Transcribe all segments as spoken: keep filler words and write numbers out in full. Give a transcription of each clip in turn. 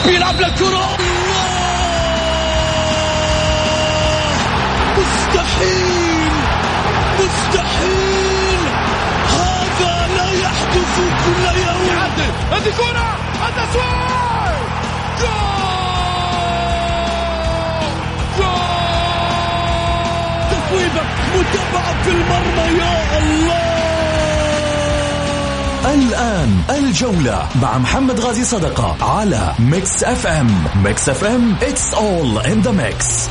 بيلعب للكرة، مستحيل مستحيل، هذا لا يحدث كل يوم. يعدل هذه كرة، التسويق، جول جول، تسويبة متابعة في المرمى، يا الله. الآن الجولة مع محمد غازي صدقة على ميكس اف ام. ميكس اف ام it's all in the mix.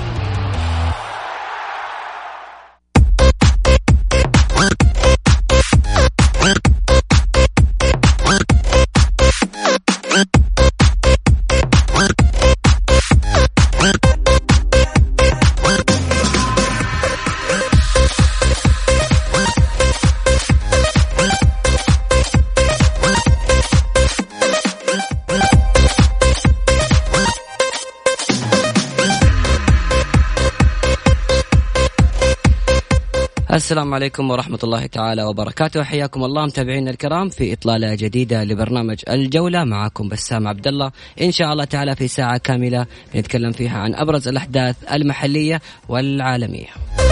السلام عليكم ورحمة الله تعالى وبركاته. حياكم الله متابعينا الكرام في إطلالة جديدة لبرنامج الجولة. معكم بسام عبد الله، إن شاء الله تعالى في ساعة كاملة نتكلم فيها عن أبرز الأحداث المحلية والعالمية.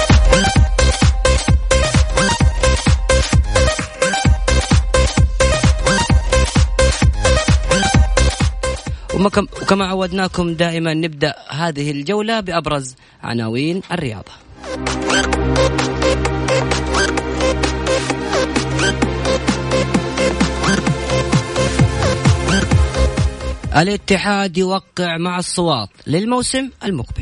وكما عودناكم دائما نبدأ هذه الجولة بأبرز عناوين الرياضة. الاتحاد يوقع مع الصوات للموسم المقبل.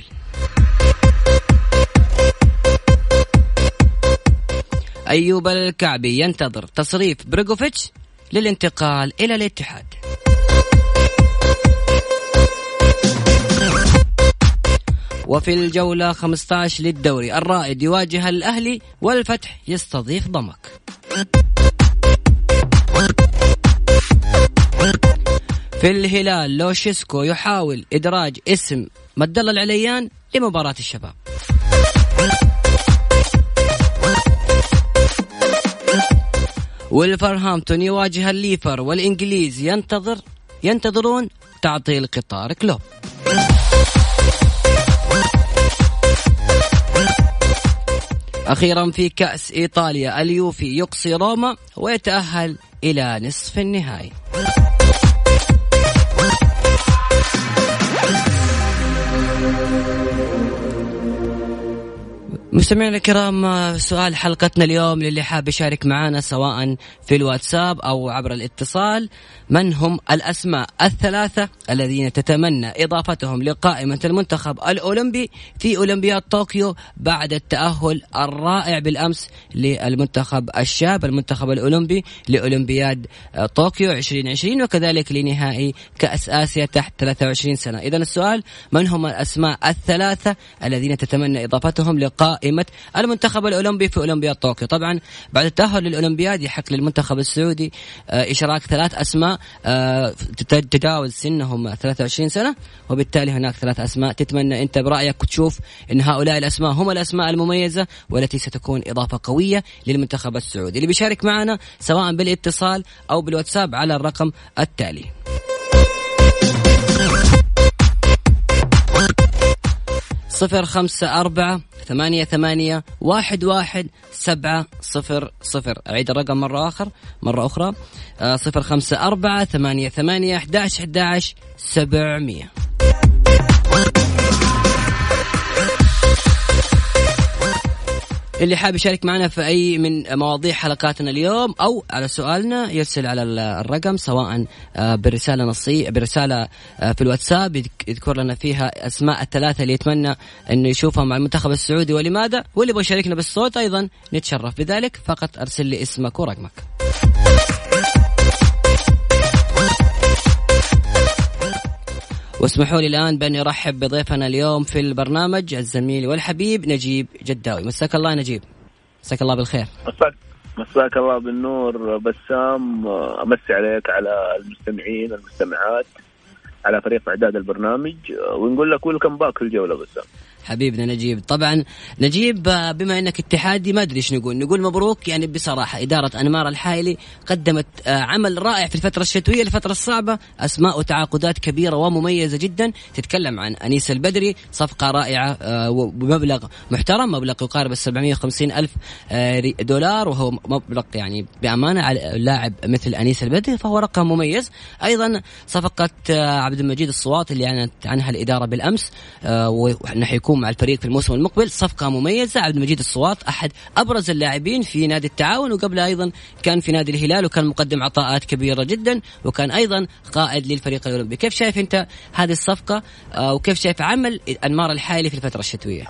أيوب الكعبي ينتظر تصريف بريغوفيتش للانتقال إلى الاتحاد. وفي الجولة خمسة عشر للدوري، الرائد يواجه الأهلي والفتح يستضيف ضمك. في الهلال لوشيسكو يحاول إدراج اسم مد الله العليان لمباراة الشباب. والفرهامبتون يواجه الليفر، والإنجليز ينتظر ينتظرون تعطيل قطار كلوب. أخيرا في كأس إيطاليا، اليوفي يقصي روما ويتأهل إلى نصف النهائي. مستمعينا الكرام، سؤال حلقتنا اليوم للي حاب يشارك معنا سواء في الواتساب أو عبر الاتصال: من هم الأسماء الثلاثة الذين تتمنى إضافتهم لقائمة المنتخب الأولمبي في أولمبياد طوكيو بعد التأهل الرائع بالأمس للمنتخب الشاب المنتخب الأولمبي لأولمبياد طوكيو عشرين عشرين، وكذلك لنهائي كأس آسيا تحت ثلاثة وعشرين سنة. إذن السؤال: من هم الأسماء الثلاثة الذين تتمنى إضافتهم لقائمة المنتخب الأولمبي في أولمبياد طوكيو؟ طبعا بعد التأهل للأولمبياد يحق للمنتخب السعودي إشراك ثلاث أسماء تتجاوز سنهم ثلاثة وعشرين سنة، وبالتالي هناك ثلاث أسماء تتمنى أنت برأيك تشوف أن هؤلاء الأسماء هم الأسماء المميزة والتي ستكون إضافة قوية للمنتخب السعودي. اللي بيشارك معنا سواء بالاتصال أو بالواتساب على الرقم التالي: صفر خمسة أربعة ثمانية ثمانية واحد واحد سبعة صفر صفر. أعيد الرقم مرة آخر مرة أخرى: صفر خمسة أربعة ثمانية ثمانية واحد واحد واحد واحد سبعمية. اللي حاب يشارك معنا في أي من مواضيع حلقاتنا اليوم أو على سؤالنا يرسل على الرقم سواء برسالة نصية برسالة في الواتساب يذكر لنا فيها أسماء الثلاثة اللي يتمنى أنه يشوفها مع المنتخب السعودي ولماذا، واللي يبغى يشاركنا بالصوت أيضا نتشرف بذلك. فقط أرسل لي اسمك ورقمك. واسمحوا لي الآن بأن أرحب بضيفنا اليوم في البرنامج الزميل والحبيب نجيب جداوي. مساك الله نجيب. مساك الله بالخير. مساك مساك الله بالنور بسام. أمسي عليك على المستمعين المستمعات على فريق إعداد البرنامج، ونقول لك ويلكم باك في الجولة بسام. حبيبنا نجيب. طبعا نجيب بما انك اتحادي ما ادري ايش نقول نقول مبروك يعني. بصراحه اداره انمار الحايلي قدمت عمل رائع في الفتره الشتويه، الفتره الصعبه، اسماء وتعاقدات كبيره ومميزه جدا. تتكلم عن انيس البدري، صفقه رائعه ومبلغ محترم، مبلغ يقارب السبعمية وخمسين الف دولار، وهو مبلغ يعني بامانه على لاعب مثل انيس البدري فهو رقم مميز. ايضا صفقه عبد المجيد الصوات اللي اعلنت عنها الاداره بالامس، ونحن يكون مع الفريق في الموسم المقبل، صفقة مميزة. عبد المجيد الصوات أحد أبرز اللاعبين في نادي التعاون، وقبل أيضا كان في نادي الهلال وكان مقدم عطاءات كبيرة جدا، وكان أيضا قائد للفريق الأولمبي. كيف شايف أنت هذه الصفقة وكيف شايف عمل أنمار الحايلي في الفترة الشتوية؟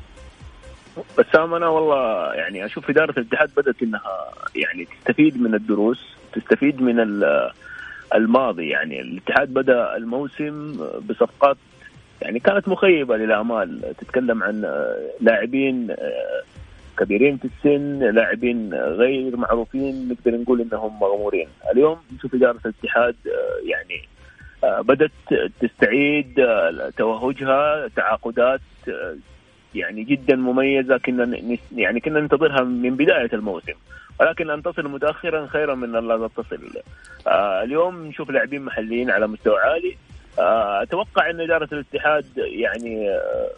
بس أنا والله يعني أشوف إدارة الاتحاد بدأت إنها يعني تستفيد من الدروس، تستفيد من الماضي. يعني الاتحاد بدأ الموسم بصفقات يعني كانت مخيبة للآمال، تتكلم عن لاعبين كبيرين في السن، لاعبين غير معروفين، نقدر نقول إنهم مغمورين. اليوم نشوف إدارة الاتحاد يعني بدأت تستعيد توهجها، تعاقدات يعني جدا مميزة كنا يعني كنا ننتظرها من بداية الموسم، ولكن أن تصل متأخرا خيرا من أن لا تصل. اليوم نشوف لاعبين محليين على مستوى عالي. أتوقع أن إدارة الاتحاد يعني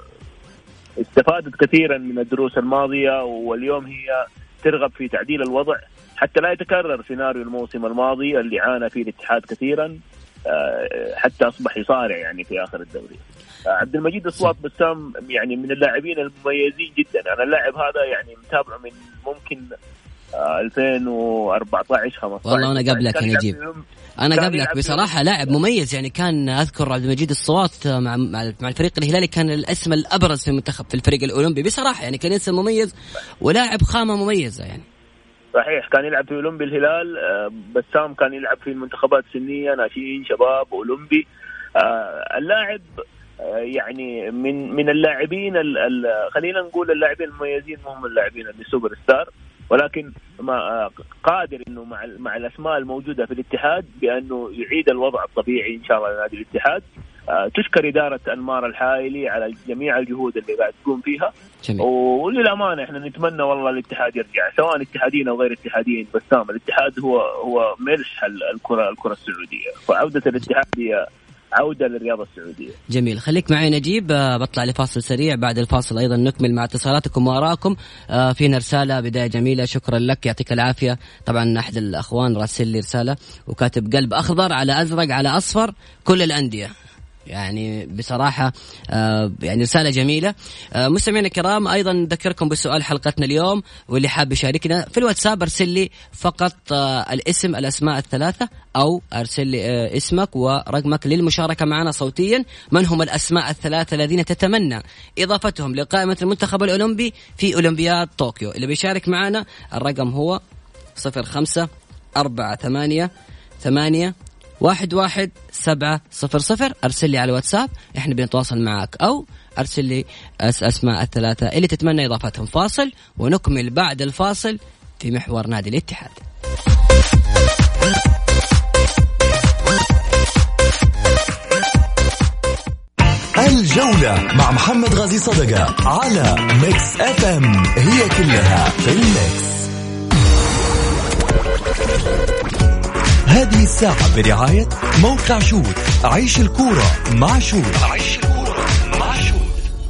استفادت كثيرا من الدروس الماضية، واليوم هي ترغب في تعديل الوضع حتى لا يتكرر سيناريو الموسم الماضي اللي عانى فيه الاتحاد كثيرا حتى أصبح يصارع يعني في آخر الدوري. عبد المجيد الصوات بسام يعني من اللاعبين المميزين جدا. أنا اللاعب هذا يعني متابعه من ممكن ألفين وأربعة عشر خمسة عشر. والله أنا قبلك يا نجيب، أنا قبلك بصراحة لاعب مميز يعني. كان أذكر عبد المجيد الصوات مع مع الفريق الهلالي كان الاسم الأبرز في المنتخب في الفريق الأولمبي بصراحة يعني. كان اسم مميز ولاعب خامة مميزة يعني. صحيح، كان يلعب في أولمبي الهلال. بسام كان يلعب في المنتخبات السنية، ناشئين، شباب، أولمبي. اللاعب يعني من من اللاعبين خلينا نقول اللاعبين المميزين، هم اللاعبين اللي سوبر ستار، ولكن ما قادر انه مع مع الاسماء الموجوده في الاتحاد بانه يعيد الوضع الطبيعي ان شاء الله لنادي الاتحاد. تشكر اداره انمار الحايلي على جميع الجهود اللي قاعد تقوم فيها. جميل. وللامانه احنا نتمنى والله الاتحاد يرجع، سواء اتحاديين او غير اتحاديين. بسام الاتحاد هو هو ملح الكره الكره السعوديه، فعوده الاتحاد هي عودة للرياضة السعودية. جميل، خليك معي نجيب. بطلع لفاصل سريع، بعد الفاصل أيضا نكمل مع اتصالاتكم وآراءكم. فينا رسالة بداية جميلة، شكرا لك يعطيك العافية. طبعا أحد الأخوان راسل لي رسالة وكاتب قلب أخضر على أزرق على أصفر كل الأندية. يعني بصراحة آه يعني رسالة جميلة. آه مستمعينا الكرام، أيضا نذكركم بسؤال حلقتنا اليوم، واللي حاب يشاركنا في الواتساب أرسل لي فقط آه الاسم الأسماء الثلاثة، أو أرسل لي آه اسمك ورقمك للمشاركة معنا صوتيا. من هم الأسماء الثلاثة الذين تتمنى إضافتهم لقائمة المنتخب الأولمبي في أولمبياد طوكيو؟ اللي بيشارك معنا الرقم هو صفر خمسة أربعة ثمانية ثمانية واحد واحد سبعة صفر صفر. أرسل لي على الواتساب، إحنا بنتواصل معك، أو أرسل لي أسماء الثلاثة اللي تتمنى إضافتهم. فاصل ونكمل بعد الفاصل في محور نادي الاتحاد. الجولة مع محمد غازي صدقة على ميكس اف ام، هي كلها في الميكس. هذه الساعة برعاية موقع شوت، عيش الكورة مع شوت. عيش الكورة مع شوت.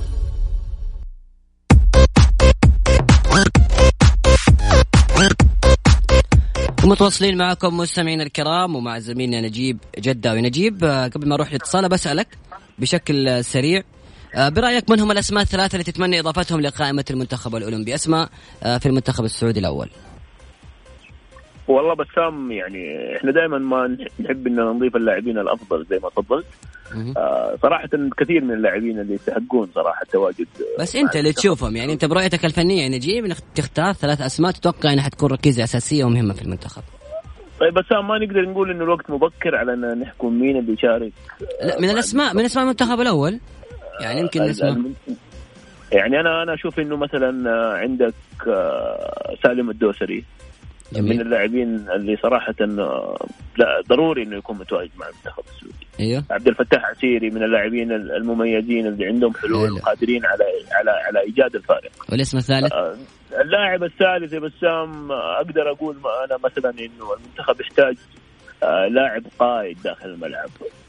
ومتواصلين معكم مستمعين الكرام ومع زميلنا نجيب جدة. ونجيب قبل ما أروح لاتصاله بسألك بشكل سريع، برأيك من هم الأسماء الثلاثة اللي تتمنى إضافتهم لقائمة المنتخب الأولمبي؟ أسماء في المنتخب السعودي الأول. والله بسام يعني احنا دائما ما نحب ان نضيف اللاعبين الافضل زي ما تفضلت. آه صراحه كثير من اللاعبين اللي يستحقون صراحه التواجد. بس انت اللي تشوفهم يعني، انت برؤيتك الفنيه نجيب تختار ثلاث اسماء تتوقع انها حتكون ركيزه اساسيه ومهمه في المنتخب. طيب بس ما نقدر نقول انه الوقت مبكر على ان نحكم مين اللي يشارك. لا من الاسماء من اسماء المنتخب الاول يعني يمكن اسماء يعني انا انا اشوف انه مثلا عندك سالم الدوسري. جميل. من اللاعبين اللي صراحة لا ضروري إنه يكون متواجد مع المنتخب السعودي. أيوه. عبد الفتاح عسيري من اللاعبين المميزين اللي عندهم حلول قادرين على على على إيجاد الفارق. والاسم الثالث؟ اللاعب الثالث يا بسام أقدر أقول أنا مثلا إنه المنتخب يحتاج لاعب قائد داخل الملعب.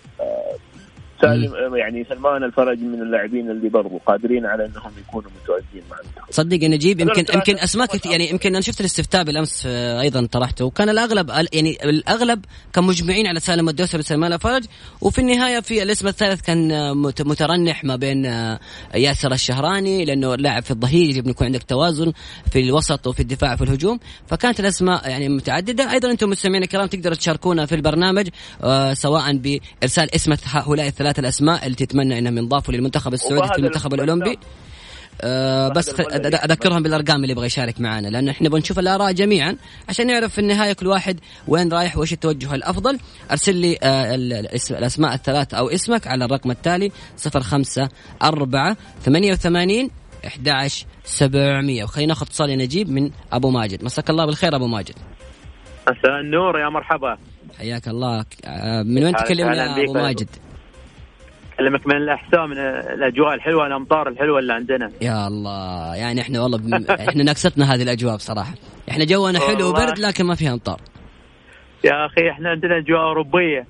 سالم يعني سلمان الفرج من اللاعبين اللي برضو قادرين على انهم يكونوا متواجدين مع المنتخب. صدق نجيب يمكن يمكن اسماء كثير يعني يمكن انا شفت الاستفتاء بالامس ايضا طرحته وكان الاغلب يعني الاغلب كان مجمعين على سالم الدوسري وسلمان الفرج وفي النهايه في الاسم الثالث كان مترنح ما بين ياسر الشهراني لانه لاعب في الظهير يجب ان يكون عندك توازن في الوسط وفي الدفاع في الهجوم فكانت الاسماء يعني متعدده. ايضا انتم مستمعين الكرام تقدروا تشاركونا في البرنامج سواء بارسال اسم هؤلاء الثلاث الأسماء اللي تتمنى إنهم ينضافوا للمنتخب السعودي في المنتخب الأولمبي. أه بس أذكرهم بالأرقام اللي يبغى يشارك معنا لأن إحنا بنشوف الآراء جميعا عشان نعرف في النهاية كل واحد وين رايح وإيش التوجه الأفضل. أرسل لي أه الأسماء الثلاث أو اسمك على الرقم التالي صفر خمسة أربعة ثمانية وثمانين أحد عشر سبعمية. وخلينا ناخذ اتصال يا نجيب من أبو ماجد. مساك الله بالخير أبو ماجد. مساء النور يا مرحبا. حياك الله. من وين تكلمنا يا أبو ماجد؟ أكلمك من الأحساء من الأجواء الحلوة الأمطار الحلوة اللي عندنا. يا الله يعني إحنا والله بم... إحنا نقصتنا هذه الأجواء بصراحة. إحنا جونا حلو وبرد لكن ما فيها أمطار. يا أخي إحنا عندنا أجواء أوروبية.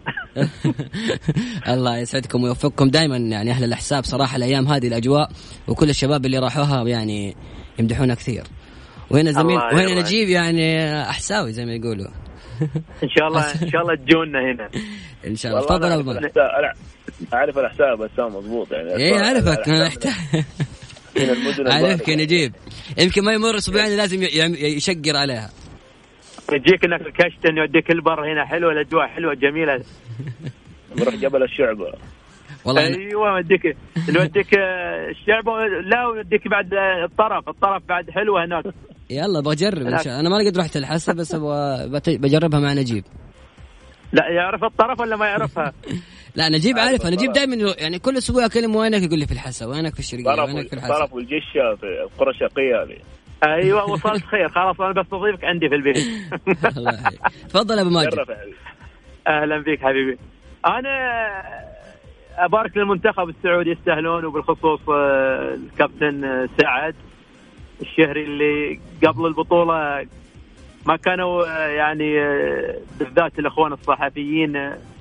الله يسعدكم ويوفقكم دائما يعني أهل الأحساء بصراحة الأيام هذه الأجواء وكل الشباب اللي راحوها يعني يمدحونا كثير. وهنا زميل وهنا نجيب يعني أحساوي زي ما يقولوا. إن شاء الله إن شاء الله تجونا هنا. إن شاء الله. تفضل أبو ماجد. أعرف الأحساء بس مضبوط يعني. إيه أعرفك أنا أحتاج. أعرفك يا نجيب. يمكن ما يمر أسبوعين لازم يشقر عليها. يجيك إنك كشت إنه يوديك البر هنا حلوة الأجواء حلوة جميلة. نروح جبل الشعبة. والله أيوة وديك نوديك الشعبة لا وديك بعد الطرف الطرف بعد حلوة هناك. يلا بجرب إن شاء. أنا ما لقيت رحت الحسا بس بجربها مع نجيب. لا يعرف الطرف ولا ما يعرفها؟ لا نجيب عارفها. نجيب دائما يعني كل أسبوع أكلم وينك يقول لي في الحسا وينك في الشرقية وينك في الحسا. طرف والجشة في القرى الشرقية هذه. أيوة وصلت خير خلاص أنا بس أضيفك عندي في البيت. تفضل أبو ماجد. أهلا بك حبيبي. أنا أبارك للمنتخب السعودي يستاهلون وبالخصوص الكابتن سعد الشهري اللي قبل البطولة ما كانوا يعني بالذات الأخوان الصحفيين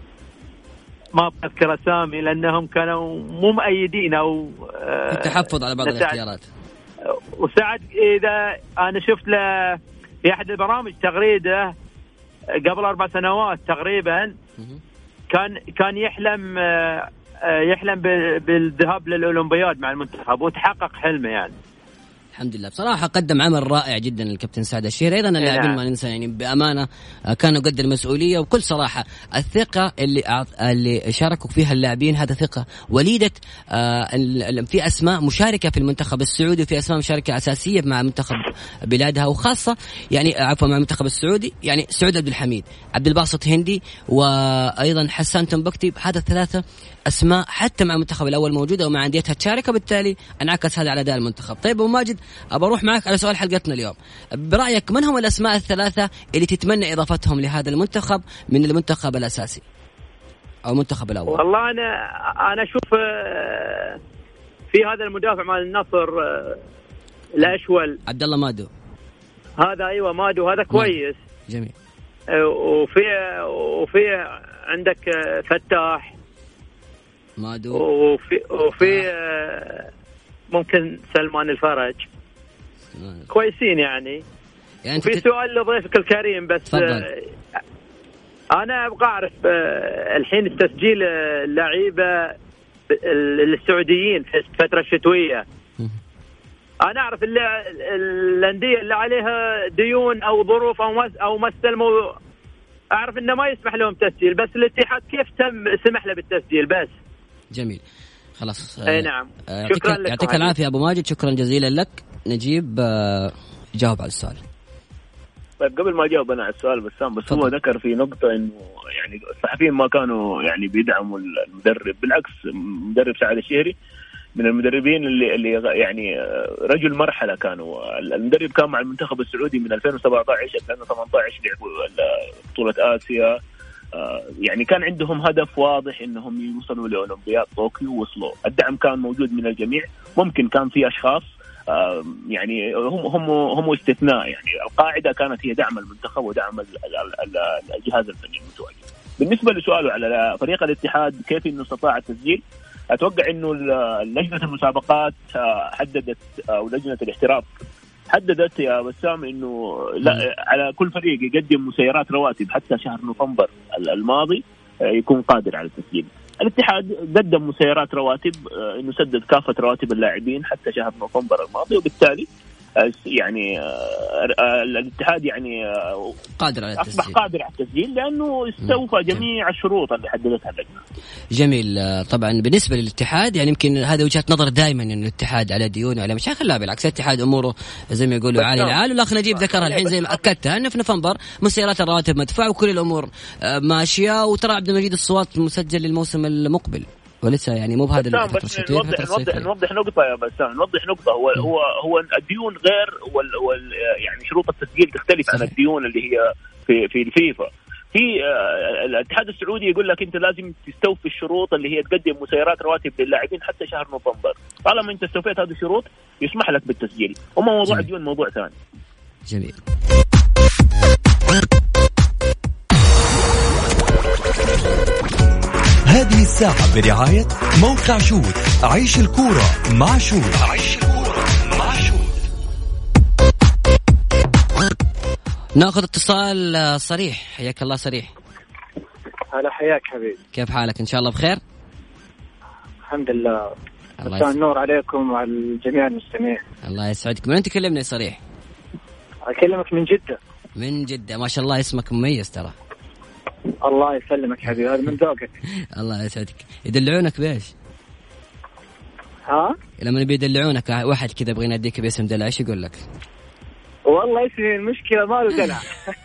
ما أذكر أسامي لأنهم كانوا مو مؤيدين أو التحفظ على بعض الاختيارات. وسعد إذا أنا شفت له في أحد البرامج تغريدة قبل أربع سنوات تقريبا كان كان يحلم يحلم بالذهاب للأولمبياد مع المنتخب وتحقق حلمه يعني. الحمد لله بصراحة قدم عمل رائع جدا الكابتن سعد الشهري. أيضا اللاعبين ما ننسى يعني بأمانة كانوا قد المسؤولية وبكل صراحة الثقة اللي اللي شاركوا فيها اللاعبين هذا ثقة وليدة. في أسماء مشاركة في المنتخب السعودي وفي أسماء مشاركة أساسية مع منتخب بلادها وخاصة يعني عفوا مع المنتخب السعودي يعني سعود عبد الحميد عبد الباسط هندي وأيضا حسان تنبكتي. هذا الثلاثة أسماء حتى مع المنتخب الأول موجودة ومع أنديتها تشارك وبالتالي انعكس هذا على أداء المنتخب. طيب أبو ماجد أبى أروح معك على سؤال حلقتنا اليوم. برأيك من هم الأسماء الثلاثة اللي تتمنى إضافتهم لهذا المنتخب من المنتخب الأساسي أو المنتخب الأول؟ والله أنا أنا أشوف في هذا المدافع مع النصر الأشول عبد الله مادو. هذا أيوة مادو هذا كويس جميل. وفي وفي عندك فتاح مادو وفي وفي ممكن سلمان الفرج كويسين يعني. يعني وفي تت... سؤال لضيفك الكريم بس فضل. أنا أبغى أعرف الحين التسجيل اللعيبة السعوديين في الفترة الشتوية. أنا أعرف اللي الأندية اللي عليها ديون أو ظروف أو مس أو مستلموا أعرف إنه ما يسمح لهم تسجيل بس الاتحاد كيف تم سمح له بالتسجيل بس. جميل خلاص. أي نعم. شكرا لك. يعطيك العافية أبو ماجد. شكرا جزيلا لك. نجيب جاوب على السؤال. طيب قبل ما أجاوب أنا على السؤال بسام بس فضل. هو ذكر في نقطة إنه يعني الصحفيين ما كانوا يعني بيدعموا المدرب بالعكس. مدرب سعد الشهري من المدربين اللي اللي يعني رجل مرحله. كانوا المدرب كان مع المنتخب السعودي من ألفين وسبعة عشر ألفين وثمانية عشر لعبوا بطوله اسيا. يعني كان عندهم هدف واضح انهم يوصلوا لاولمبياد طوكيو ووصلوا. الدعم كان موجود من الجميع. ممكن كان في اشخاص يعني هم هم هم استثناء. يعني القاعده كانت هي دعم المنتخب ودعم الجهاز الفني المتواجد. بالنسبه لسؤاله على فريق الاتحاد كيف انه استطاع التسجيل، اتوقع انه لجنه المسابقات حددت او لجنه الاحتراف حددت يا بسام انه لا على كل فريق يقدم مسيرات رواتب حتى شهر نوفمبر الماضي يكون قادر على التسجيل. الاتحاد قدم مسيرات رواتب انه سدد كافه رواتب اللاعبين حتى شهر نوفمبر الماضي، وبالتالي يعني الاتحاد يعني قادر على التسجيل. أصبح قادر على التسجيل لأنه استوفى جميع الشروط اللي حددتها اللجنة. جميل. طبعا بالنسبة للاتحاد يعني يمكن هذا وجهة نظر دائما إنه الاتحاد على ديون وعلى مشاكل. لا بالعكس، الاتحاد أموره زي ما يقولوا عالي العال. والأخ نجيب ذكرها الحين زي ما أكدتها أنه في نوفمبر مسيرات الرواتب مدفوعة وكل الأمور ماشية. وترى عبد المجيد الصوات مسجل للموسم المقبل ولسه يعني مو بهذا الفترة الشتوية. نوضح, نوضح, نوضح نقطة يا بسام، نوضح نقطة. هو هو هو الديون غير وال وال يعني شروط التسجيل تختلف صحيح. عن الديون اللي هي في في الفيفا. في آه الاتحاد السعودي يقول لك انت لازم تستوفي الشروط اللي هي تقدم مسيرات رواتب للاعبين حتى شهر نوفمبر. طالما انت استوفيت هذه الشروط يسمح لك بالتسجيل. وما موضوع جميل. الديون موضوع ثاني. جميل. هذه الساعة برعاية موقع شوت. عيش الكورة مع شوت. عيش الكورة مع شوت. ناخذ اتصال صريح. حياك الله صريح. هلا حياك حبيبي. كيف حالك؟ إن شاء الله بخير. الحمد لله. مساء النور عليكم وعلى جميع المستمعين. الله يسعدك. من أنت تكلمني صريح؟ أكلمك من جدة. من جدة. ما شاء الله اسمك مميز ترى. الله يسلمك حبيبي، هذا من ذوقك. الله يسعدك. يدلعونك بإيش؟ ها؟ لما نبي يدلعونك واحد كذا يبغى يناديك باسم دلع ايش يقول لك؟ والله اسمي المشكلة ما له دلع.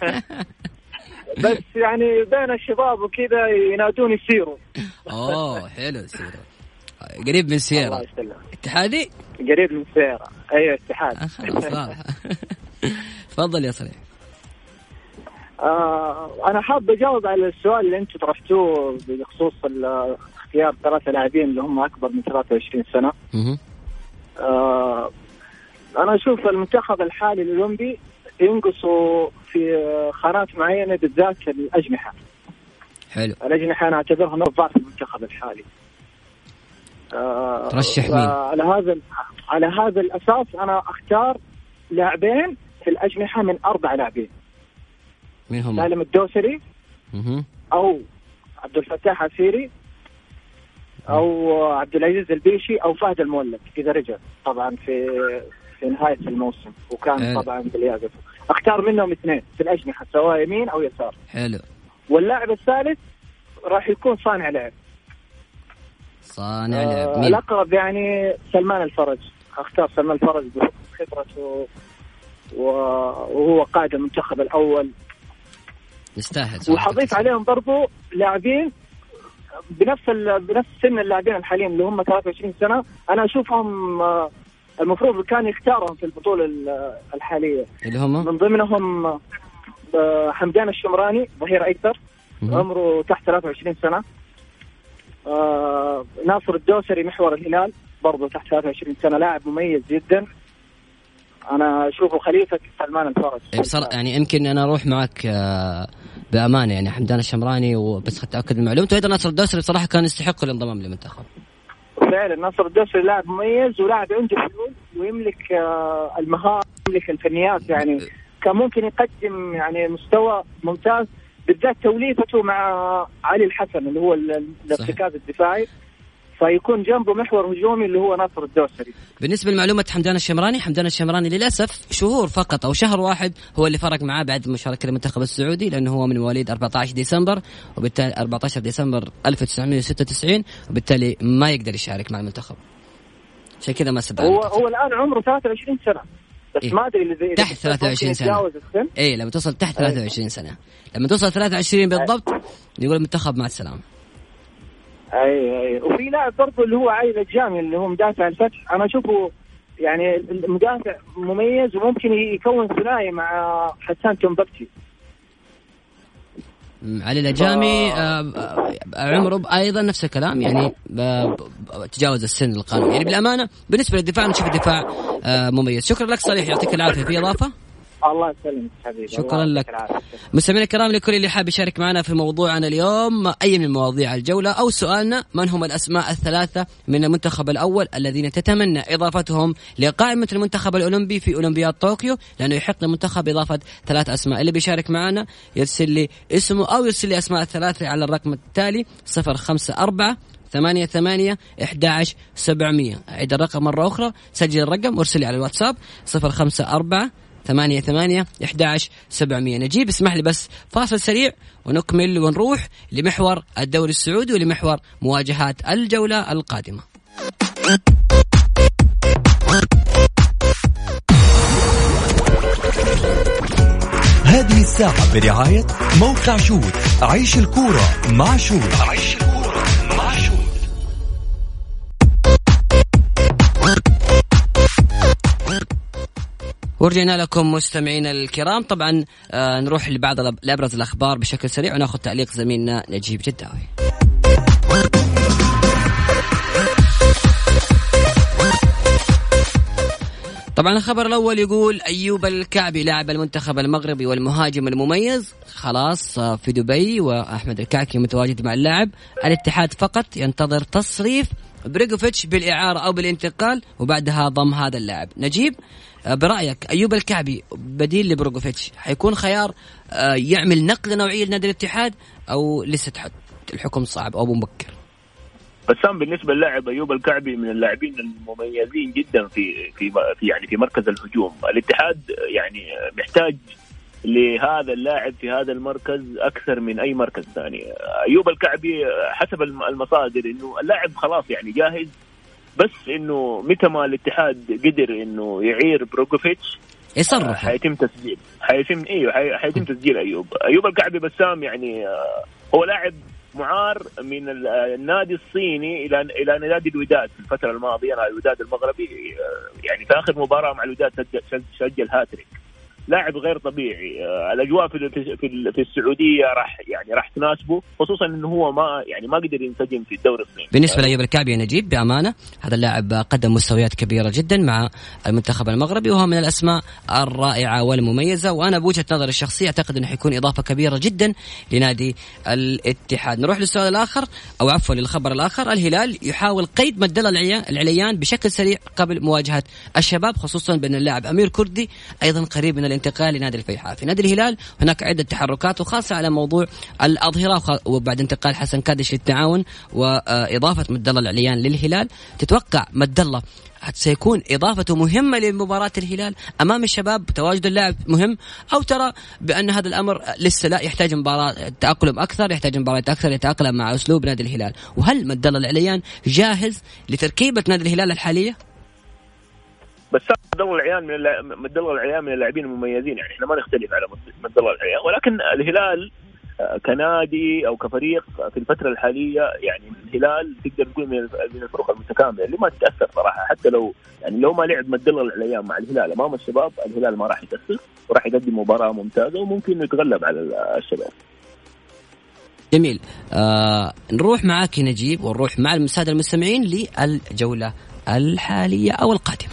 بس يعني بين الشباب وكذا ينادوني سيرو. اوه حلو سيرو. قريب من سيرة. اتحادي؟ قريب من سيرة. ايوه اتحاد. تفضل يا صريح. آه أنا حاب أجاوب على السؤال اللي أنتم طرحتوه بخصوص اختيار ثلاثة لاعبين اللي هم أكبر من ثلاثة وعشرين سنة. آه أنا أشوف المنتخب الحالي الأولمبي ينقصوا في خانات معينة بالذات الأجنحة. حلو. الأجنحة أنا أعتبرها نقطة في المنتخب الحالي. آه ترشح مين؟ على هذا على هذا الأساس أنا أختار لاعبين في الأجنحة من أربع لاعبين. مين هم؟ سالم الدوسري أو عبد الفتاح عسيري أو عبد العزيز البيشي أو فهد المولد إذا رجع طبعا في في نهاية الموسم وكان حلو. طبعا بالياقظة أختار منهم اثنين في الأجنحة سواء يمين أو يسار. حلو. واللاعب الثالث راح يكون صانع لعب. صانع لعب آه الأقرب يعني سلمان الفرج. أختار سلمان الفرج بخبرته وهو قائد المنتخب الأول. يستاهل. وحضيف عليهم برضو لاعبين بنفس بنفس سن اللاعبين الحاليين اللي هم ثلاثة وعشرين سنة. أنا أشوفهم المفروض كان يختارهم في البطولة الحالية اللي هم من ضمنهم حمدان الشمراني ظهير أيسر عمره تحت ثلاثة وعشرين سنة. آه ناصر الدوسري محور الهلال برضو تحت ثلاثة وعشرين سنة لاعب مميز جدا. أنا أشوفه خليفة سلمان الفرج. بصراحة يعني يمكن أنا أروح معك بأمانة يعني حمدان الشمراني وبس أتأكد من معلومته. وأيضا ناصر الدوسري بصراحة كان يستحق الانضمام للمنتخب. فعلا ناصر الدوسري لاعب مميز ولاعب عنده حلول ويملك المهارة يملك الفنيات. يعني كان ممكن يقدم يعني مستوى ممتاز بالذات توليفته مع علي الحسن اللي هو الارتكاز الدفاعي فيكون جنبه محور هجومي اللي هو ناصر الدوسري. بالنسبة لمعلومة حمدان الشمراني، حمدان الشمراني للأسف شهور فقط أو شهر واحد هو اللي فرق معاه بعد مشاركة المنتخب السعودي لأنه هو من مواليد أربعة عشر ديسمبر وبالتالي أربعة عشر ديسمبر ألف وتسعمائة وستة وتسعين وبالتالي ما يقدر يشارك مع المنتخب. عشان كذا ما استدعى. هو هو الآن عمره ثلاثة وعشرين سنة بس إيه؟ ما أدري اللي زي تحت ثلاثة وعشرين سنة. إيه لما توصل تحت ثلاثة وعشرين سنة. لما توصل ثلاثة وعشرين بالضبط يقول المنتخب مع السلامة. اي اي وفي لاعب برضه اللي هو عايل الجامي اللي هو مدافع الفتح، انا اشوفه يعني المدافع مميز وممكن يكون ثنائي مع حسان تنبكتي. علي الأجامي آه عمره أيضا نفس الكلام يعني تجاوز السن القانوني. يعني بالأمانة بالنسبة للدفاع نشوف الدفاع آه مميز. شكرا لك صالح، يعطيك العافية. في إضافة؟ الله يسلمك حبيبي. شكرا لك. مستمعينا الكرام، لكل اللي حاب يشارك معنا في موضوعنا اليوم أي من مواضيع الجولة أو سؤالنا، من هم الأسماء الثلاثة من المنتخب الأول الذين تتمنى إضافتهم لقائمة المنتخب الأولمبي في أولمبياد طوكيو، لأنه يحق للمنتخب إضافة ثلاث أسماء. اللي بيشارك معنا يرسل لي اسمه أو يرسل لي أسماء الثلاثة على الرقم التالي صفر خمسة أربعة ثمانية ثمانية إحدى عشر سبعمية. أعيد الرقم مرة أخرى، سجل الرقم وارسل لي على الواتساب صفر خمسة أربعة ثمانية ثمانية إحدى عشر سبعمية. نجيب اسمح لي بس فاصل سريع ونكمل ونروح لمحور الدوري السعودي ولمحور مواجهات الجولة القادمة. هذه الساعة برعاية موقع شوت. عيش الكورة مع شوت. عيش الكورة مع شوت. ورجعنا لكم مستمعين الكرام. طبعا آه نروح لبعض لأبرز الأخبار بشكل سريع ونأخذ تعليق زميلنا نجيب جداوي. طبعا الخبر الأول يقول أيوب الكعبي لاعب المنتخب المغربي والمهاجم المميز خلاص في دبي، وأحمد الكعكي متواجد مع اللاعب. الاتحاد فقط ينتظر تصريف بريغوفيتش بالإعارة أو بالانتقال وبعدها ضم هذا اللاعب. نجيب برأيك أيوب الكعبي بديل لبروغوفيتش حيكون خيار يعمل نقلة نوعية لنادي الاتحاد أو لسه تحت الحكم صعب أو مبكر؟ بسام بالنسبة للاعب أيوب الكعبي من اللاعبين المميزين جدا في في في يعني في مركز الهجوم. الاتحاد يعني محتاج لهذا اللاعب في هذا المركز أكثر من أي مركز ثاني. أيوب الكعبي حسب المصادر إنه اللاعب خلاص يعني جاهز، بس إنه متى ما الاتحاد قدر إنه يعير بروغوفيتش يصرف حيتم تسجيل حيتم إيه حيتم تسجيل أيوب أيوب الكعبي. بسام يعني هو لاعب معار من النادي الصيني إلى إلى نادي الوداد في الفترة الماضية، الوداد المغربي يعني في آخر مباراة مع الوداد سجل سجل هاتريك. لاعب غير طبيعي. الاجواء في في في السعوديه راح يعني راح تناسبه، خصوصا انه هو ما يعني ما قدر ينسجم في الدوري الصيني. بالنسبه لايوب الكعبي يا نجيب بامانه هذا اللاعب قدم مستويات كبيره جدا مع المنتخب المغربي، وهو من الاسماء الرائعه والمميزه، وانا بوجهه نظري الشخصيه اعتقد انه حيكون اضافه كبيره جدا لنادي الاتحاد. نروح للسؤال الاخر او عفوا للخبر الاخر. الهلال يحاول قيد مدلل العليان بشكل سريع قبل مواجهه الشباب، خصوصا بان اللاعب امير كردي ايضا قريب من الانتقال لنادي الفيحاء. في نادي الهلال هناك عدة تحركات وخاصة على موضوع الأظهرة، وبعد انتقال حسن كادش للتعاون وإضافة مدلل العليان للهلال. تتوقع مدلل سيكون إضافته مهمة لمباراة الهلال أمام الشباب، تواجد اللاعب مهم، أو ترى بأن هذا الأمر لسه لا يحتاج مباراة تأقلم أكثر، يحتاج مباراة أكثر يتأقلم مع أسلوب نادي الهلال؟ وهل مدلل العليان جاهز لتركيبة نادي الهلال الحالية؟ بس مدلل العيان من مدلل العيان من اللاعبين المميزين، يعني احنا ما نختلف على مدلل العيان، ولكن الهلال كنادي او كفريق في الفتره الحاليه يعني الهلال تقدر تقول من الفرق المتكامله اللي ما تتاثر صراحه. حتى لو يعني لو ما لعب مدلل العيان مع الهلال امام الشباب، الهلال ما راح يتاثر وراح يقدم مباراه ممتازه وممكن يتغلب على الشباب. جميل. آه نروح معاك نجيب ونروح مع الساده المستمعين للجوله الحالية أو القادمة.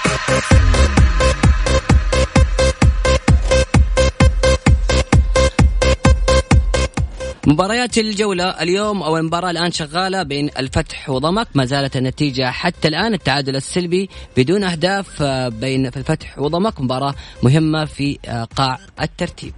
مباريات الجولة اليوم أو المباراة الآن شغالة بين الفتح وضمك، ما زالت النتيجة حتى الآن التعادل السلبي بدون أهداف بين الفتح وضمك. مباراة مهمة في قاع الترتيب.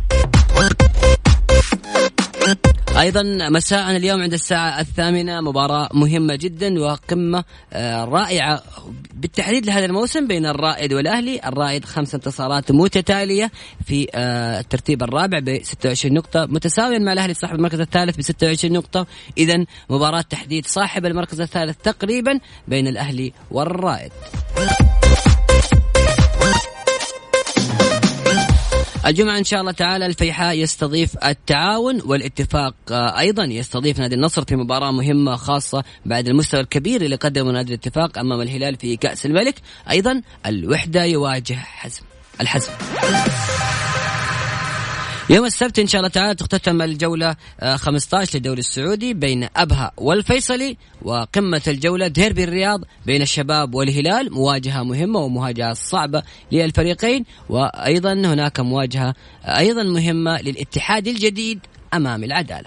أيضا مساء اليوم عند الساعة الثامنة مباراة مهمة جدا وقمة رائعة بالتحديد لهذا الموسم بين الرائد والأهلي. الرائد خمس انتصارات متتالية في الترتيب الرابع بستة وعشرين نقطة، متساويا مع الأهلي صاحب المركز الثالث بستة وعشرين نقطة. إذن مباراة تحديد صاحب المركز الثالث تقريبا بين الأهلي والرائد. الجمعة إن شاء الله تعالى الفيحاء يستضيف التعاون، والاتفاق أيضا يستضيف نادي النصر في مباراة مهمة خاصة بعد المستوى الكبير اللي قدمه نادي الاتفاق أمام الهلال في كأس الملك. أيضا الوحدة يواجه حزم الحزم. يوم السبت إن شاء الله تعالى تختتم الجولة خمسة عشر للدوري السعودي بين أبها والفيصلي، وقمة الجولة ديربي الرياض بين الشباب والهلال، مواجهة مهمة ومواجهة صعبة للفريقين. وأيضا هناك مواجهة أيضا مهمة للاتحاد الجديد أمام العدالة.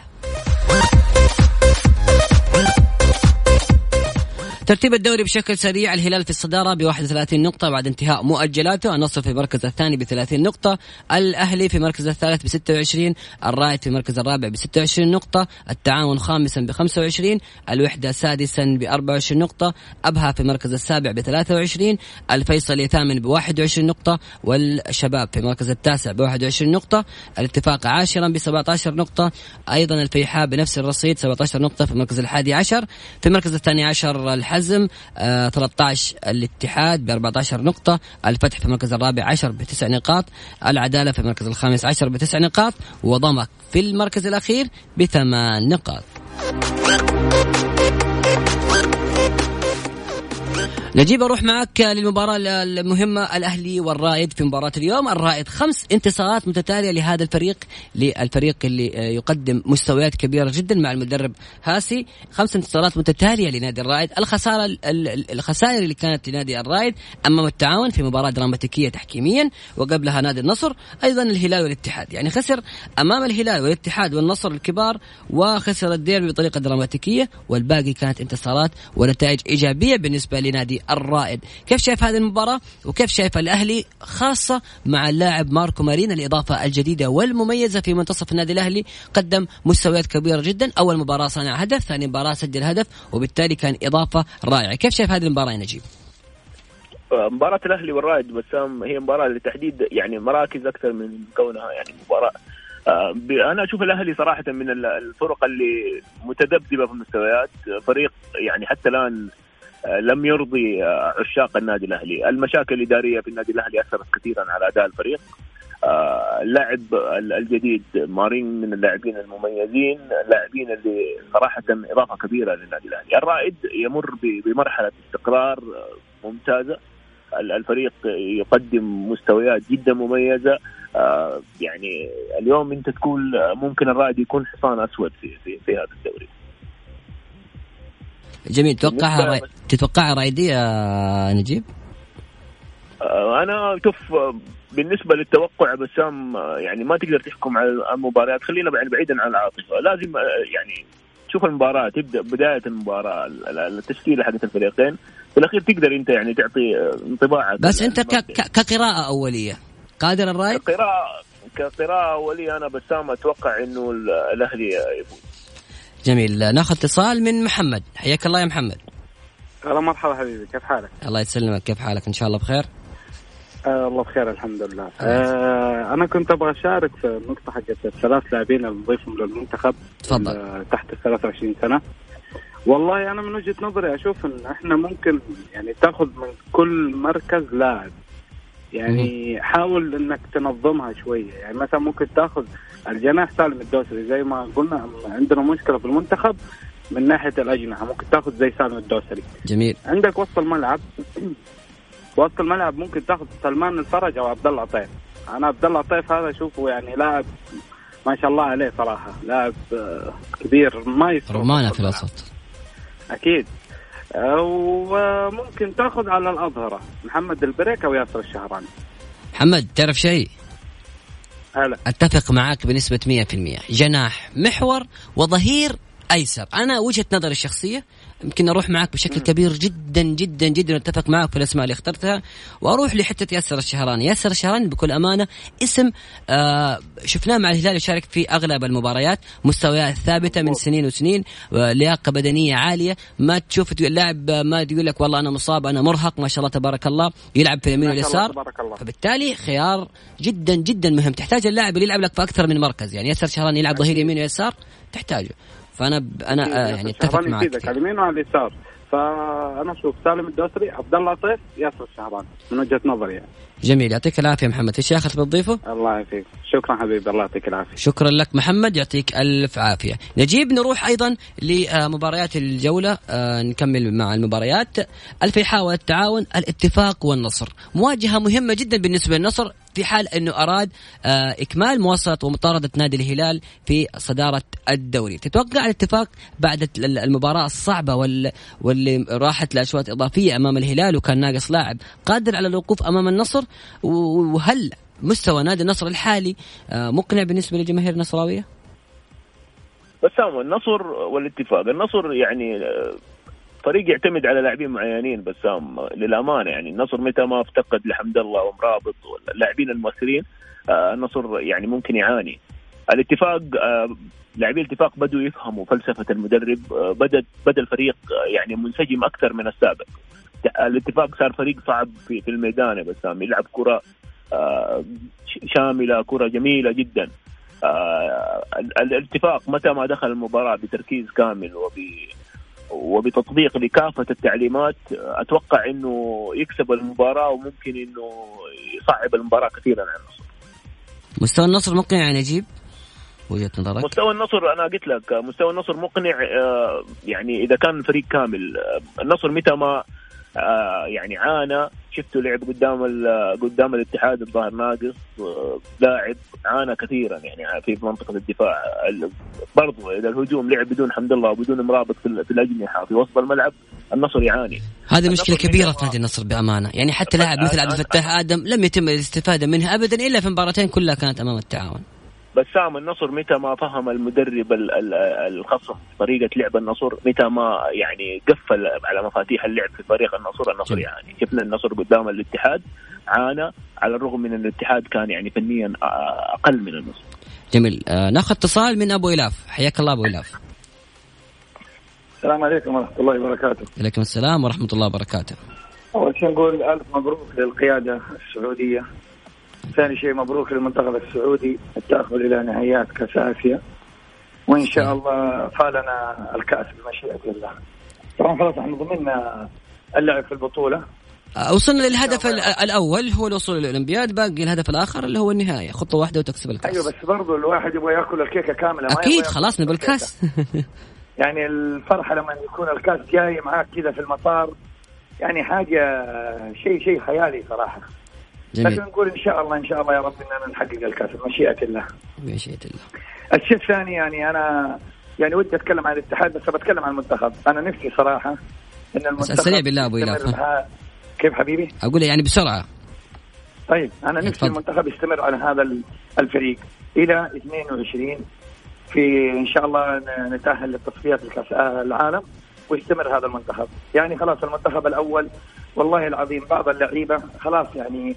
ترتيب الدوري بشكل سريع: الهلال في الصدارة بواحد وثلاثين نقطة بعد انتهاء مؤجلاته، النصر في المركز الثاني بثلاثين نقطة، الأهلي في المركز الثالث بستة وعشرين، الرائد في المركز الرابع بستة وعشرين نقطة، التعاون خامسا بخمسة وعشرين، الوحدة سادسا بأربعة وعشرين نقطة، أبها في المركز السابع بثلاثة وعشرين، الفيصلي ثامن بواحد وعشرين نقطة، والشباب في المركز التاسع بواحد وعشرين نقطة، الاتفاق عاشرا بسبعة عشر نقطة، أيضا الفيحاء بنفس الرصيد سبعة عشر نقطة في المركز الحادي عشر، في المركز الثاني عشر حزم آه ثلاثة عشر، الاتحاد بأربعة عشر نقطة، الفتح في المركز الرابع عشر بتسع نقاط، العدالة في المركز الخامس عشر بتسع نقاط، وضمك في المركز الأخير بثمان نقاط. نجيب أروح معك للمباراة المهمة، الأهلي والرائد في مباراة اليوم. الرائد خمس انتصارات متتالية لهذا الفريق، للفريق اللي يقدم مستويات كبيرة جدا مع المدرب هاسي. خمس انتصارات متتالية لنادي الرائد. الخسارة الخسائر اللي كانت لنادي الرائد أمام التعاون في مباراة دراماتيكية تحكيميا، وقبلها نادي النصر، أيضا الهلال والاتحاد. يعني خسر أمام الهلال والاتحاد والنصر الكبار، وخسر الديربي بطريقة دراماتيكية، والباقي كانت انتصارات ونتائج إيجابية بالنسبة لنادي الرائد. كيف شايف هذه المباراة وكيف شايف الأهلي خاصة مع اللاعب ماركو مارينا الإضافة الجديدة والمميزة في منتصف النادي الأهلي؟ قدم مستويات كبيرة جدا، أول مباراة صنع هدف، ثاني مباراة سجل هدف، وبالتالي كان إضافة رائعة. كيف شايف هذه المباراة يا نجيب؟ مباراة الأهلي والرائد بسام هي مباراة لتحديد يعني مراكز أكثر من كونها يعني مباراة. أنا أشوف الأهلي صراحة من الفرق اللي متذبذبة في المستويات، فريق يعني حتى الآن لم يرضي عشاق النادي الأهلي. المشاكل الإدارية في النادي الأهلي أثرت كثيرا على أداء الفريق. اللاعب الجديد مارين من اللاعبين المميزين، اللاعبين اللي صراحة إضافة كبيرة للنادي الأهلي. الرائد يمر بمرحلة استقرار ممتازة، الفريق يقدم مستويات جدا مميزة. يعني اليوم أنت تقول ممكن الرائد يكون حصان أسود في في, في هذا الدوري. جميل. تتوقع رأي... تتوقع رايدي يا نجيب؟ أنا شوف بالنسبة للتوقع بسام يعني ما تقدر تحكم على المباريات، خلينا بعيدا عن العاطفة. لازم يعني تشوف المباراة، تبدأ بداية المباراة، التشكيلة حقت الفريقين، في الأخير تقدر أنت يعني تعطي انطباعك. بس أنت ك... ك... كقراءة أولية قادر الرأي؟ كقراءة كقراءة أولية أنا بسام أتوقع إنه الأهلي يفوز. جميل. ناخذ اتصال من محمد. حياك الله يا محمد. هلا مرحبا حبيبي، كيف حالك؟ الله يسلمك، كيف حالك؟ إن شاء الله بخير. آه الله بخير الحمد لله. آه أنا كنت أبغى أشارك في النقطة حقت الثلاث لاعبين اللي نضيفهم للمنتخب. تفضل. تحت الثلاثة وعشرين سنة. والله أنا من وجهة نظري أشوف إن إحنا ممكن يعني تأخذ من كل مركز لاعب، يعني حاول إنك تنظمها شوية. يعني مثلا ممكن تأخذ الجناح سالم الدوسري، زي ما قلنا عندنا مشكلة في المنتخب من ناحية الأجنحة، ممكن تأخذ زي سالم الدوسري. جميل. عندك وسط الملعب، وسط الملعب ممكن تأخذ سلمان الفرج أو عبد الله عطيف. أنا عبد الله عطيف هذا أشوفه يعني لاعب ما شاء الله عليه صراحة، لاعب كبير ما يفرق رمانة في الوسط أكيد. وممكن تأخذ على الأظهرة محمد البريك أو ياسر الشهراني. محمد تعرف شيء؟ هلا أتفق معك بنسبة مية في المية. جناح، محور، وظهير أيسر. أنا وجهة نظري الشخصية يمكن أروح معك بشكل كبير جدا جدا جدا، أتفق معك في الأسماء اللي اخترتها، وأروح لحتة ياسر الشهراني. ياسر الشهراني بكل أمانة اسم آه شفناه مع الهلال يشارك في أغلب المباريات، مستويات ثابتة من سنين وسنين، لياقة بدنية عالية. ما تشوف اللاعب ما تقول لك والله أنا مصاب أنا مرهق، ما شاء الله تبارك الله، يلعب في اليمين واليسار، فبالتالي خيار جدا جدا مهم. تحتاج اللاعب اللي يلعب لك في أكثر من مركز، يعني ياسر الشهراني يلعب ظهير يمين ويسار تحتاجه. فانا ب... انا آه يعني اتفق معك على اليمين وعلى اليسار، فأنا أشوف سالم الدوسري، عبد الله طيف، ياسر الشعبان من وجهة نظري يعني. جميل، يعطيك العافية محمد. ايش آخر بتضيفه؟ الله يعافيك. شكرا حبيبي، الله يعطيك العافية. شكرا لك محمد، يعطيك ألف عافية. نجيب نروح أيضا لمباريات الجولة، نكمل مع المباريات. الفيحاء والتعاون، الاتفاق والنصر، مواجهة مهمة جدا بالنسبة للنصر في حال أنه أراد إكمال مواصلة ومطاردة نادي الهلال في صدارة الدوري. تتوقع الاتفاق بعد المباراة الصعبة واللي راحت لأشواط إضافية أمام الهلال وكان ناقص لاعب قادر على الوقوف أمام النصر؟ وهل مستوى نادي النصر الحالي مقنع بالنسبة للجماهير النصراوية؟ بسام، النصر والاتفاق، النصر يعني فريق يعتمد على لاعبين معينين بسام للأمانة. يعني النصر متى ما افتقد لحمد الله ومرابط واللاعبين المؤثرين النصر يعني ممكن يعاني. الاتفاق لاعبين الاتفاق بدوا يفهموا فلسفة المدرب، بدأ بدأ الفريق يعني منسجم أكثر من السابق. الاتفاق صار فريق صعب في في الميدان بسام، يلعب كرة شاملة، كرة جميلة جدا. الاتفاق متى ما دخل المباراة بتركيز كامل وب وبتطبيق لكافة التعليمات أتوقع إنه يكسب المباراة وممكن إنه يصعب المباراة كثيرا على النصر. مستوى النصر مقنع يعني نجيب وجهة نظرك؟ مستوى النصر أنا قلت لك مستوى النصر مقنع، يعني إذا كان الفريق كامل. النصر متى ما يعني عانى، شفته لعب قدام قدام الاتحاد الظاهر ناقص لاعب، عانى كثيرا يعني في منطقة الدفاع. برضو إذا الهجوم لعب بدون حمد الله وبدون مرابط في الأجنحة في وسط الملعب النصر يعاني. هذه مشكلة كبيرة في نادي النصر بأمانة. يعني حتى لاعب مثل عبد الفتاح آدم لم يتم الاستفادة منها أبدا إلا في مباراتين كلها كانت أمام التعاون. بسام، النصر متى ما فهم المدرب الخصم طريقة لعب النصر، متى ما يعني قفل على مفاتيح اللعب في فريق النصر النصر يعني شفنا النصر قدام الاتحاد عانى، على الرغم من أن الاتحاد كان يعني فنيا أقل من النصر. جميل. آه ناخذ اتصال من أبو إلاف. حياك الله أبو إلاف. السلام عليكم ورحمة الله وبركاته. عليكم السلام ورحمة الله وبركاته. أول شيء نقول ألف مبروك للقيادة السعودية. ثاني شيء مبروك للمنتخب السعودي التأهل إلى نهائيات كأس آسيا، وإن شاء الله فالنا الكأس بمشيئة الله. طبعا خلاص احنا ضمننا اللعب في البطولة، وصلنا للهدف الأول هو الوصول للأولمبياد، باقي الهدف الآخر اللي هو النهاية، خطوة واحدة وتكسب الكأس. أيوة بس برضو الواحد يبغى يأكل الكيكة كاملة. أكيد خلاص نبغى الكأس. يعني الفرحة لما يكون الكأس جاي معاك كذا في المطار يعني حاجة شيء شيء خيالي صراحة. جميل. لكن نقول إن شاء الله إن شاء الله يا رب إننا نحقق الكأس بمشيئة الله. بمشيئة الله. الشيء الثاني يعني أنا يعني ودي أتكلم عن الاتحاد بس بتكلم عن المنتخب. أنا نفسي صراحة إن المنتخب سريع بالله أبو إلاف. كيف حبيبي؟ أقول يعني بسرعة. طيب أنا نفسي فضل. المنتخب يستمر على هذا الفريق إلى اثنين وعشرين في إن شاء الله نتأهل لتصفيات الكأس العالم ويستمر هذا المنتخب. يعني خلاص المنتخب الأول والله العظيم بعض اللعيبة خلاص يعني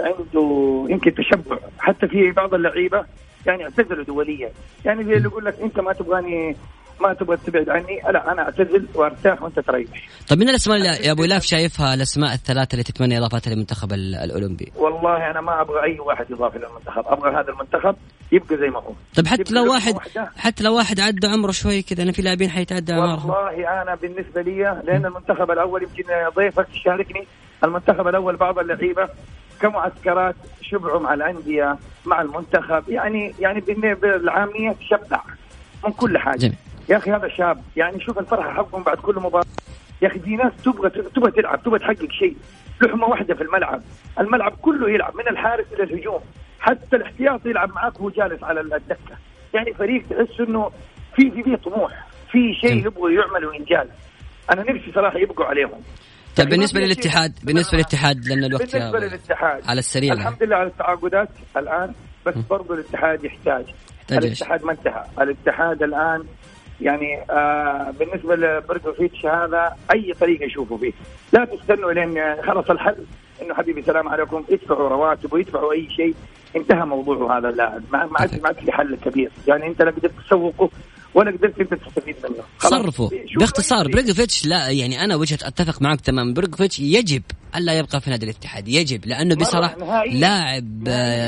عنده يمكن تشبع، حتى في بعض اللعيبة يعني اعتزلوا دوليا. يعني زي اللي يقول لك أنت ما تبغاني ما تبغى تبعد عني، لا أنا أعتزل وأرتاح وأنت تريح. طيب من الأسماء يا أبو إلاف شايفها الأسماء الثلاثة اللي تتمنى إضافتها للمنتخب الأولمبي؟ والله أنا ما أبغى أي واحد إضافي للمنتخب، أبغى هذا المنتخب يبقى زي ما هو. طيب حتى لو واحد حتى لو واحد عدى عمره شوي كذا، أنا في لاعبين حيتعدى عمرهم. والله أنا بالنسبة لي لأن المنتخب الأول يمكن ضيفك تشاركني، المنتخب الأول بعض اللعيبة كمعسكرات شبعوا مع الأندية مع المنتخب، يعني يعني بالعامية تشبع من كل حاجة. جميل. يا أخي هذا شاب يعني شوف الفرحة حقهم بعد كل مباراة. يا أخي دي ناس تبغى تبغى تلعب، تبغى تحقق شيء، لحمة واحدة في الملعب، الملعب كله يلعب من الحارس إلى الهجوم، حتى الاحتياطي يلعب معاك وهو جالس على الدكة. يعني فريق تحس إنه في في فيه طموح، في شيء يبغوا يعملوا إنجاز. أنا نفسي صراحة يبقوا عليهم. طيب يعني بالنسبة للاتحاد بالنسبة للاتحاد لأن الوقت بالنسبة للاتحاد على السريع الحمد لله على التعاقدات الآن، بس برضو الاتحاد يحتاج. الاتحاد ما انتهى، الاتحاد الآن يعني آه بالنسبة لبرغوفيتش هذا أي طريقة يشوفوا فيه، لا تستنوا لين خلص الحل إنه حبيبي سلام عليكم ادفعوا رواتب ويدفعوا أي شيء، انتهى موضوع هذا اللاعب. ما ما عاد ما عاد في حل كبير، يعني أنت لا قدرت تسوقه ولا قدرت أنت تستفيد منه. صرفوا باختصار برغوفيتش. لا يعني أنا وجهة أتفق معك تمام، برغوفيتش يجب ألا يبقى في نادي الاتحاد، يجب، لأنه بصراحة لاعب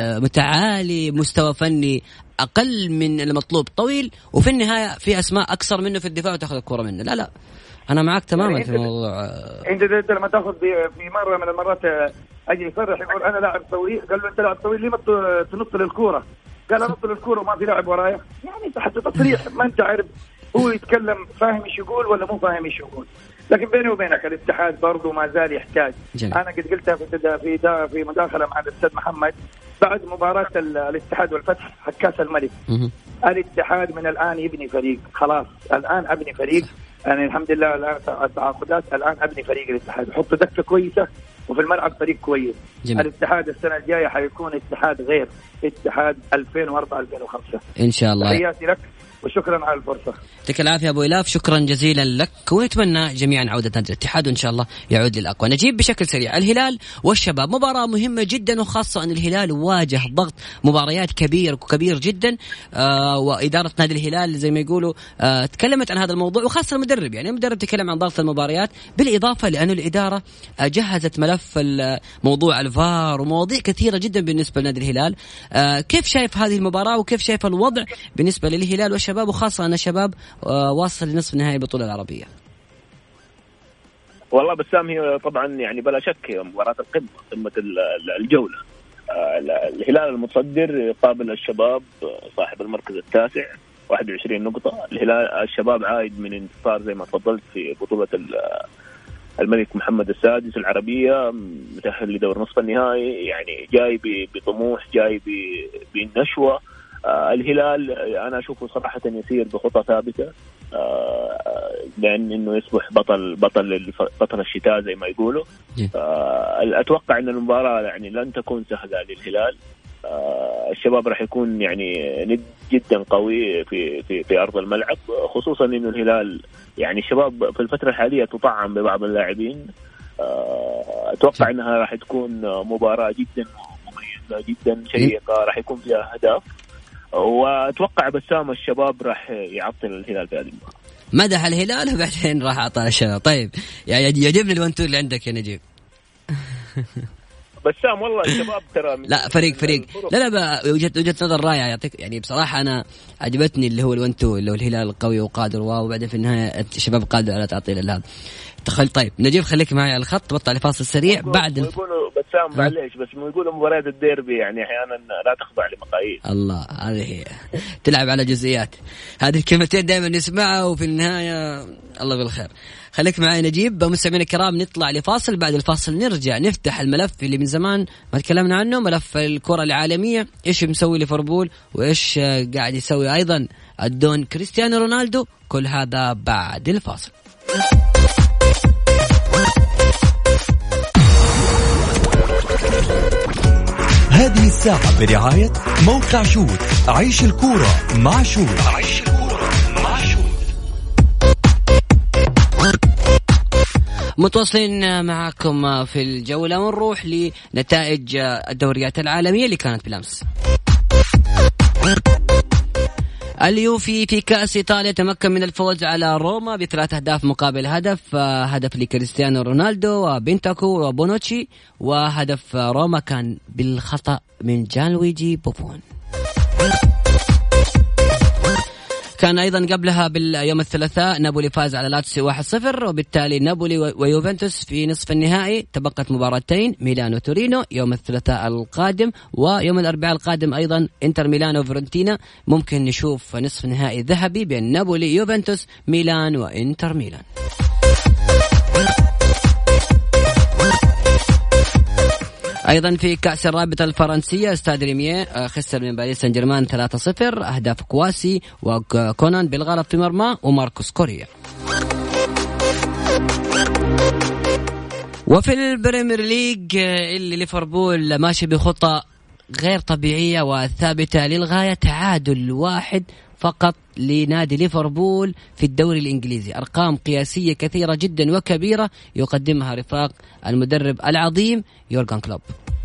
متعالي، مستوى فني أقل من المطلوب، طويل، وفي النهاية في أسماء أكثر منه في الدفاع وتأخذ الكرة منه. لا لا انا معك تماما يعني في الموضوع. انت لما تاخذ في مره من المرات اجي يصرح يقول انا لاعب طويل، قال له انت لاعب طويل ليه ما تنط للكوره؟ قال انط للكوره وما في لاعب ورايا. يعني انت حتى تصريح ما انت عارف هو يتكلم فاهم ايش يقول ولا مو فاهم ايش يقول. لكن بيني وبينك الاتحاد برضه ما زال يحتاج. جميل. انا قد قلتها في في في مداخله مع الاستاذ محمد بعد مباراه الاتحاد والفتح حق كاس الملك. م- الاتحاد من الان يبني فريق، خلاص الان ابني فريق. يعني الحمد لله الان التعاقدات، الان ابني فريق الاتحاد، حط دكه كويسه وفي الملعب فريق كويس. جميل. الاتحاد السنه الجايه حيكون اتحاد غير اتحاد ألفين وأربعة ألفين وخمسة ان شاء الله. تحياتي لك وشكرا على الفرصة. يعطيك العافية أبو إلاف، شكرا جزيلا لك، ونتمنى جميعا عودة نادي الاتحاد وإن شاء الله يعود للأقوى. نجيب بشكل سريع الهلال والشباب، مباراة مهمة جدا، وخاصة أن الهلال واجه ضغط مباريات كبير وكبير جدا. آه وإدارة نادي الهلال زي ما يقولوا آه تكلمت عن هذا الموضوع، وخاصة المدرب، يعني المدرب تكلم عن ضغط المباريات، بالإضافة لأن الإدارة آه جهزت ملف موضوع الفار ومواضيع كثيرة جدا بالنسبة لنادي الهلال. آه كيف شايف هذه المباراة وكيف شايف الوضع بالنسبة للهلال والشباب، وخاصة أن الشباب واصل لنصف نهائي البطولة العربية؟ والله بسام هي طبعا يعني بلا شك مباراة القمة، قمة الجولة. الهلال المتصدر يقابل الشباب صاحب المركز التاسع واحد وعشرين نقطة. الهلال الشباب عايد من انتصار زي ما تفضلت في بطولة الملك محمد السادس العربية، متأهل لدور نصف النهائي، يعني جاي بطموح، جاي بالنشوة. آه الهلال أنا أشوفه صراحة يسير بخطة ثابتة، آه لأن إنه يصبح بطل بطل بطل الشتاء زي ما يقولوا. آه أتوقع أن المباراة يعني لن تكون سهلة للهلال. آه الشباب راح يكون يعني ند جدا قوي في في في أرض الملعب، خصوصا إنه الهلال يعني الشباب في الفترة الحالية تطعم ببعض اللاعبين. آه أتوقع أنها راح تكون مباراة جدا مميزة جدا شيقة، راح يكون فيها أهداف، وأتوقع بسام الشباب راح يعطل الهلال في هذه المباراة. مدح الهلال وبعدين راح أعطى الشباب. طيب يعني يعجبني الوانتور اللي عندك يا نجيب. بسام والله الشباب ترى لا فريق فريق لا لا وجهة وجهة نظر رائعة يعطيك. يعني بصراحة أنا عجبتني اللي هو الوانتور اللي هو الهلال القوي وقادر، وبعدين في النهاية الشباب قادر على تعطيل الهلال. تخيل. طيب نجيب خليك معي على الخط، بطلع لفاصل سريع بعد ال... يقولوا بسام معليش بس يقولوا مباريات الديربي يعني أحيانا لا تخضع لمقاييس. الله هذه هي تلعب على جزئيات، هذه الكلمتين دائما نسمعها وفي النهاية الله بالخير. خليك معي نجيب. مستمعينا الكرام نطلع لفاصل، بعد الفاصل نرجع نفتح الملف اللي من زمان ما تكلمنا عنه، ملف الكرة العالمية، إيش مسوي ليفربول وإيش قاعد يسوي أيضا الدون كريستيانو رونالدو، كل هذا بعد الفاصل. هذه الساعة برعاية موقع شوت، عيش الكورة مع شوت. متواصلين معكم في الجولة، ونروح لنتائج الدوريات العالمية اللي كانت بالأمس. اليوفي في كأس إيطاليا تمكن من الفوز على روما بثلاث أهداف مقابل هدف، هدف لكريستيانو رونالدو وبنتاكو وبونوتشي، وهدف روما كان بالخطأ من جانلويجي بوفون. كان أيضا قبلها باليوم الثلاثاء نابولي فاز على لاتسيو واحد صفر، وبالتالي نابولي ويوفنتوس في نصف النهائي. تبقت مباراتين، ميلان وتورينو يوم الثلاثاء القادم، ويوم الأربعاء القادم أيضا إنتر ميلان وفرونتينا. ممكن نشوف نصف نهائي ذهبي بين نابولي يوفنتوس ميلان وإنتر ميلان. أيضا في كأس الرابطة الفرنسية استاد ريميه خسر من باريس سان جيرمان ثلاثة صفر، أهداف كواسي وكونان بالغلط في مرمى وماركوس كوريا. وفي البريمير ليج اللي ليفربول ماشي بخطة غير طبيعية وثابتة للغاية، تعادل واحد فقط لنادي ليفربول في الدوري الإنجليزي. أرقام قياسية كثيرة جدا وكبيرة يقدمها رفاق المدرب العظيم يورغان كلوب.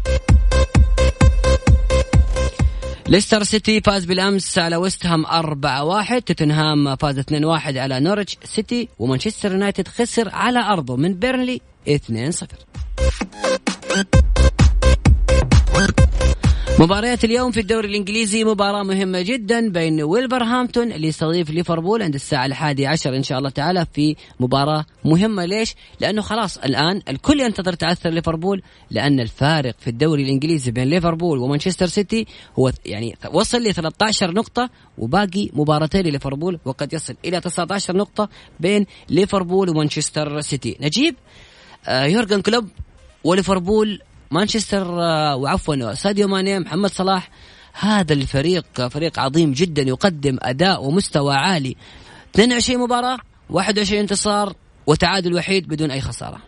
ليستر سيتي فاز بالأمس على ويست هام أربعة واحد، توتنهام فاز اثنين واحد على نورwich سيتي، ومانشستر يونايتد خسر على أرضه من بيرنلي اثنين صفر. مباريات اليوم في الدوري الإنجليزي مباراة مهمة جدا بين ويلفرهامبتون اللي يستضيف ليفربول عند الساعة الحادية عشر إن شاء الله تعالى. في مباراة مهمة ليش؟ لأنه خلاص الآن الكل ينتظر تعثر ليفربول، لأن الفارق في الدوري الإنجليزي بين ليفربول ومانشستر سيتي هو يعني وصل ل ثلاثة عشر نقطة، وباقي مباراتين لليفربول، وقد يصل إلى تسعة عشر نقطة بين ليفربول ومانشستر سيتي. نجيب آه يورغن كلوب وليفربول مانشستر وعفوا ساديو ماني محمد صلاح، هذا الفريق فريق عظيم جدا يقدم أداء ومستوى عالي. اثنين وعشرين مباراة، واحد وعشرين انتصار وتعادل وحيد بدون أي خسارة.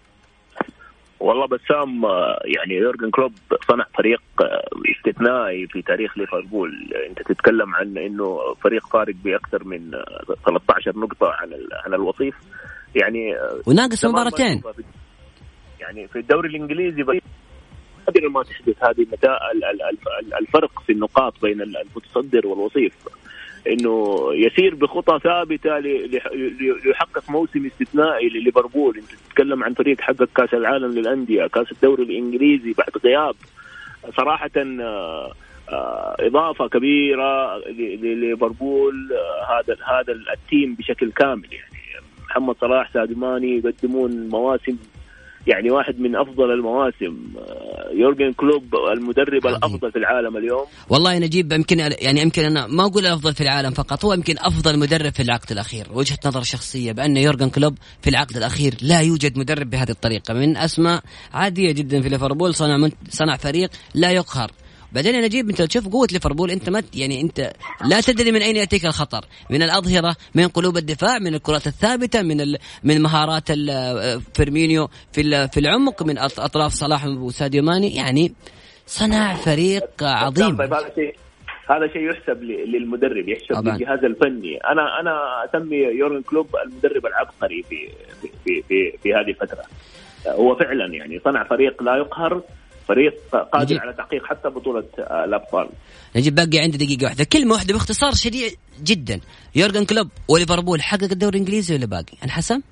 والله بسام يعني يورغن كلوب صنع فريق استثنائي في تاريخ ليفربول. انت تتكلم عن انه فريق فارق باكثر من ثلاثة عشر نقطة عن عن الوصيف، يعني وناقص مباراتين. يعني في الدوري الانجليزي قدر ما تحدث هذه متى الفرق في النقاط بين المتصدر والوصيف، انه يسير بخطى ثابته ليحقق موسم استثنائي لليفربول. انت تتكلم عن فريق حقق كاس العالم للانديه، كاس الدوري الانجليزي بعد غياب، صراحه اضافه كبيره لليفربول. هذا هذا التيم بشكل كامل، يعني محمد صلاح ساديو ماني يقدمون مواسم، يعني واحد من أفضل المواسم. يورغن كلوب المدرب عظيم. الأفضل في العالم اليوم. والله نجيب يمكن يعني يمكن أنا ما أقول الأفضل في العالم فقط، هو يمكن أفضل مدرب في العقد الأخير. وجهة نظر شخصية بأن يورغن كلوب في العقد الأخير لا يوجد مدرب بهذه الطريقة، من أسماء عادية جدا في ليفربول، صنع صنع فريق لا يقهر. بعدين نجيب انت تشوف قوة ليفربول، انت ما يعني انت لا تدري من اين ياتيك الخطر، من الاظهرة، من قلوب الدفاع، من الكرات الثابتة، من من مهارات فيرمينيو في في العمق، من اطراف صلاح وساديو ماني. يعني صنع فريق عظيم. طيب هذا شيء هذا شيء يحسب للمدرب، يحسب طبعا للجهاز الفني. انا انا اسمي يورغن كلوب المدرب العبقري في في في, في هذه الفترة. هو فعلا يعني صنع فريق لا يقهر، فريق قادر نجيب على تحقيق حتى بطولة الأبطال. نجيب باقي عندي دقيقة واحدة، كلمة واحدة باختصار شديد جدا. يورغن كلوب وليفربول حقق الدوري الإنجليزي ولا باقي انحسم؟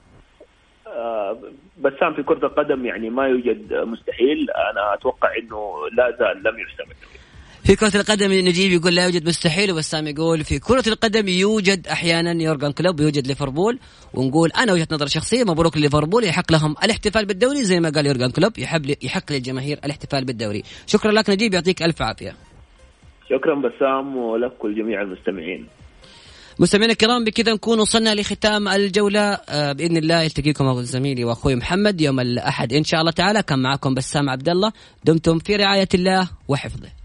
آه بسام في كرة القدم يعني ما يوجد مستحيل، أنا أتوقع إنه لا زال لم يحسم. في كرة القدم نجيب يقول لا يوجد مستحيل، وبسام يقول في كرة القدم يوجد أحيانا يورغن كلوب ويوجد ليفربول. ونقول أنا وجهة نظر شخصية، مبروك لليفربول، يحق لهم الاحتفال بالدوري زي ما قال يورغن كلوب، يحب يحق للجماهير الاحتفال بالدوري. شكرا لك نجيب، يعطيك ألف عافية. شكرا بسام ولك ولجميع المستمعين. مستمعينا الكرام، بكذا نكون وصلنا لختام الجولة. بإذن الله يلتقيكم أخو زميلي وأخوي محمد يوم الأحد إن شاء الله تعالى. كان معكم بسام عبد الله، دمتم في رعاية الله وحفظه.